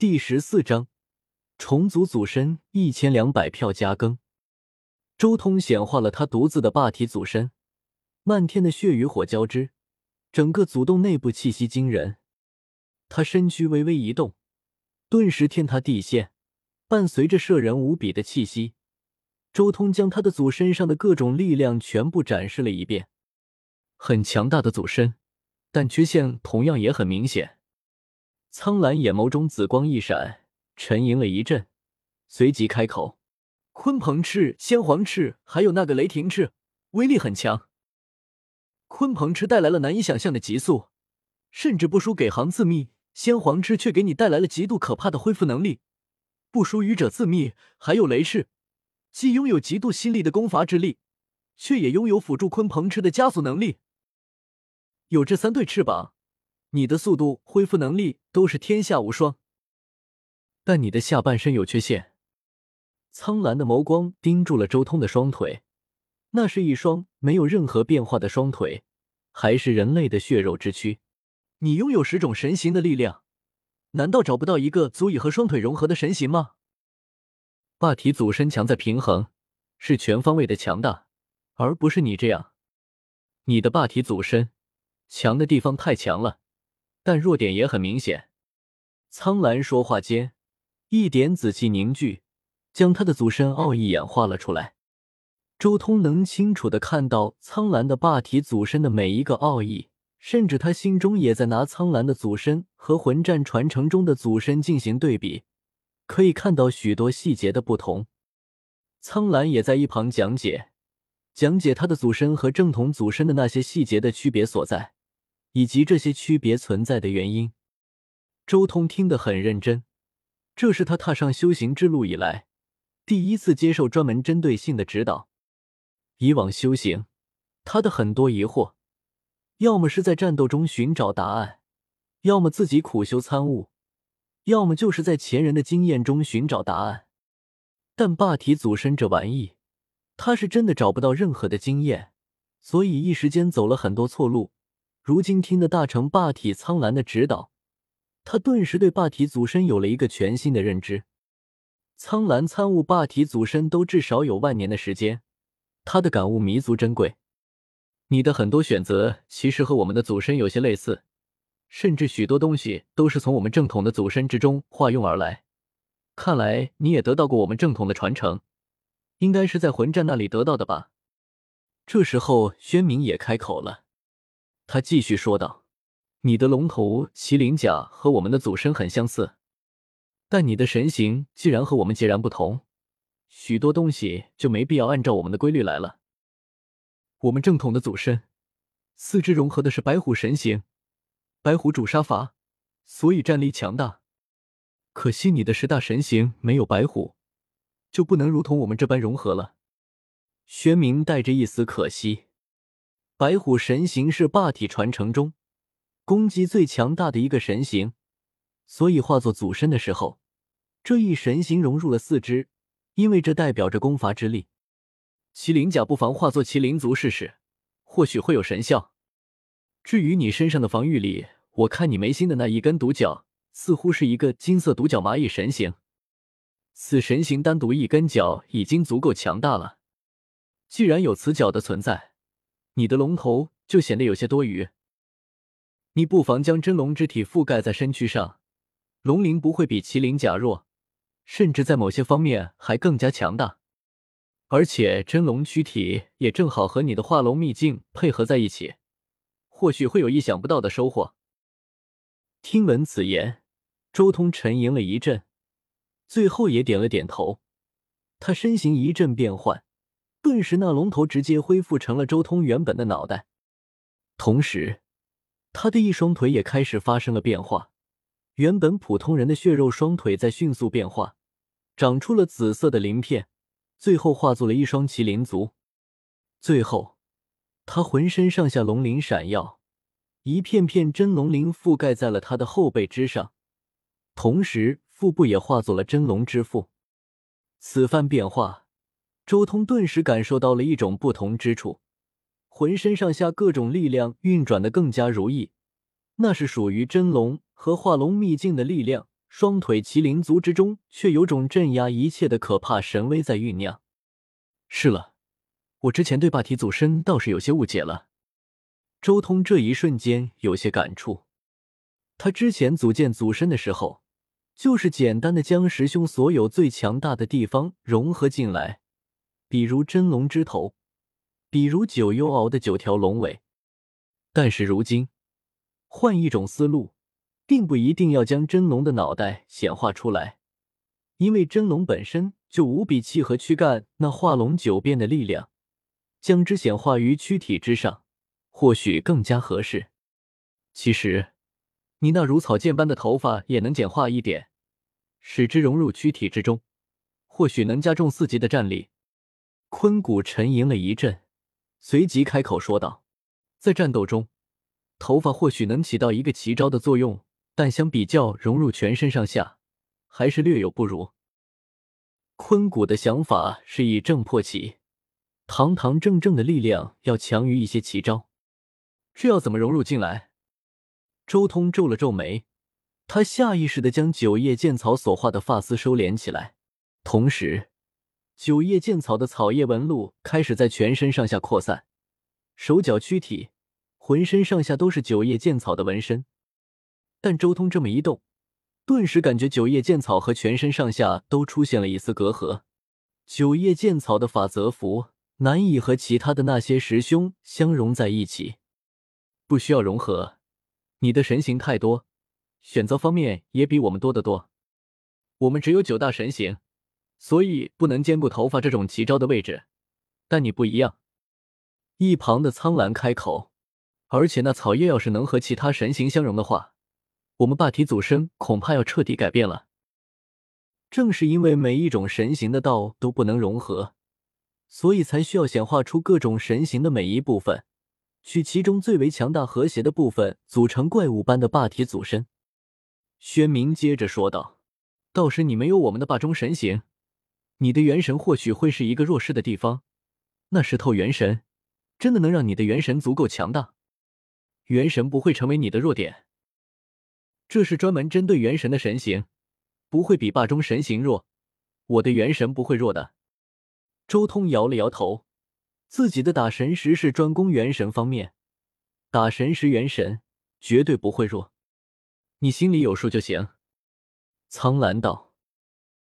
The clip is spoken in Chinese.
第14章重组祖身1200票加更。周通显化了他独自的霸体祖身，漫天的血与火交织，整个祖洞内部气息惊人。他身躯微微一动，顿时天塌地陷，伴随着摄人无比的气息，周通将他的祖身上的各种力量全部展示了一遍。很强大的祖身，但缺陷同样也很明显。苍兰眼眸中紫光一闪，沉吟了一阵，随即开口：鲲鹏翅、先皇翅还有那个雷霆翅威力很强。鲲鹏翅带来了难以想象的急速，甚至不输给行自秘，先皇翅却给你带来了极度可怕的恢复能力，不输愚者自秘。还有雷翅，既拥有极度犀利的攻伐之力，却也拥有辅助鲲鹏翅的加速能力。有这3对翅膀，你的速度、恢复能力都是天下无双。但你的下半身有缺陷。苍蓝的眸光盯住了周通的双腿，那是一双没有任何变化的双腿，还是人类的血肉之躯。你拥有10种神形的力量，难道找不到一个足以和双腿融合的神形吗？霸体祖身强在平衡，是全方位的强大，而不是你这样。你的霸体祖身强的地方太强了，但弱点也很明显。苍蓝说话间，一点紫气凝聚，将他的祖身奥义演化了出来。周通能清楚地看到苍蓝的霸体祖身的每一个奥义，甚至他心中也在拿苍蓝的祖身和魂战传承中的祖身进行对比，可以看到许多细节的不同。苍蓝也在一旁讲解他的祖身和正统祖身的那些细节的区别所在，以及这些区别存在的原因。周通听得很认真，这是他踏上修行之路以来第一次接受专门针对性的指导。以往修行，他的很多疑惑，要么是在战斗中寻找答案，要么自己苦修参悟，要么就是在前人的经验中寻找答案。但霸体祖身这玩意，他是真的找不到任何的经验，所以一时间走了很多错路。如今听得大成霸体苍蓝的指导，他顿时对霸体祖身有了一个全新的认知。苍蓝参悟霸体祖身都至少有万年的时间，他的感悟弥足珍贵。你的很多选择其实和我们的祖身有些类似，甚至许多东西都是从我们正统的祖身之中化用而来。看来你也得到过我们正统的传承，应该是在魂战那里得到的吧？这时候宣明也开口了，他继续说道：你的龙头麒麟甲和我们的祖身很相似，但你的神形既然和我们截然不同，许多东西就没必要按照我们的规律来了。我们正统的祖身四肢融合的是白虎神形，白虎主杀伐，所以战力强大。可惜你的10大神形没有白虎，就不能如同我们这般融合了。宣明带着一丝可惜。白虎神形是霸体传承中攻击最强大的一个神形，所以化作祖身的时候，这一神形融入了4肢，因为这代表着攻伐之力。麒麟甲不妨化作麒麟族试试，或许会有神效。至于你身上的防御力，我看你眉心的那一根独角似乎是一个金色独角蚂蚁神形，此神形单独一根角已经足够强大了。既然有此角的存在，你的龙头就显得有些多余。你不妨将真龙之体覆盖在身躯上，龙鳞不会比麒麟甲弱，甚至在某些方面还更加强大。而且真龙躯体也正好和你的化龙秘境配合在一起，或许会有意想不到的收获。听闻此言，周通沉吟了一阵，最后也点了点头。他身形一阵变换，顿时那龙头直接恢复成了周通原本的脑袋，同时他的一双腿也开始发生了变化。原本普通人的血肉双腿在迅速变化，长出了紫色的鳞片，最后化作了一双麒麟足。最后他浑身上下龙鳞闪耀，一片片真龙鳞覆盖在了他的后背之上，同时腹部也化作了真龙之腹。此番变化，周通顿时感受到了一种不同之处，浑身上下各种力量运转得更加如意，那是属于真龙和化龙秘境的力量， 双腿麒麟族之中却有种镇压一切的可怕神威在酝酿。是了，我之前对霸体祖身倒是有些误解了。周通这一瞬间有些感触，他之前组建祖身的时候，就是简单的将师兄所有最强大的地方融合进来，比如真龙之头，比如九幽鳌的9条龙尾。但是如今换一种思路，并不一定要将真龙的脑袋显化出来，因为真龙本身就无比契合躯干那化龙9变的力量，将之显化于躯体之上，或许更加合适。其实你那如草剑般的头发也能简化一点，使之融入躯体之中，或许能加重4级的战力。坤谷沉吟了一阵，随即开口说道，在战斗中头发或许能起到一个奇招的作用，但相比较融入全身上下，还是略有不如。坤谷的想法是以正破奇，堂堂正正的力量要强于一些奇招，这要怎么融入进来？周通皱了皱眉，他下意识地将九叶剑草所化的发丝收敛起来，同时九叶剑草的草叶纹路开始在全身上下扩散，手脚躯体浑身上下都是九叶剑草的纹身。但周通这么一动，顿时感觉九叶剑草和全身上下都出现了一丝隔阂。九叶剑草的法则符难以和其他的那些师兄相融在一起。不需要融合，你的神形太多，选择方面也比我们多得多。我们只有9大神形，所以不能兼顾头发这种奇招的位置，但你不一样。一旁的苍兰开口，而且那草叶要是能和其他神形相融的话，我们霸体祖身恐怕要彻底改变了。正是因为每一种神形的道都不能融合，所以才需要显化出各种神形的每一部分，取其中最为强大和谐的部分组成怪物般的霸体祖身。宣明接着说道，到时你没有我们的霸中神形，你的元神或许会是一个弱势的地方，那石头元神真的能让你的元神足够强大，元神不会成为你的弱点。这是专门针对元神的神形，不会比霸中神形弱，我的元神不会弱的。周通摇了摇头，自己的打神石是专攻元神方面，打神石元神绝对不会弱，你心里有数就行。苍兰道。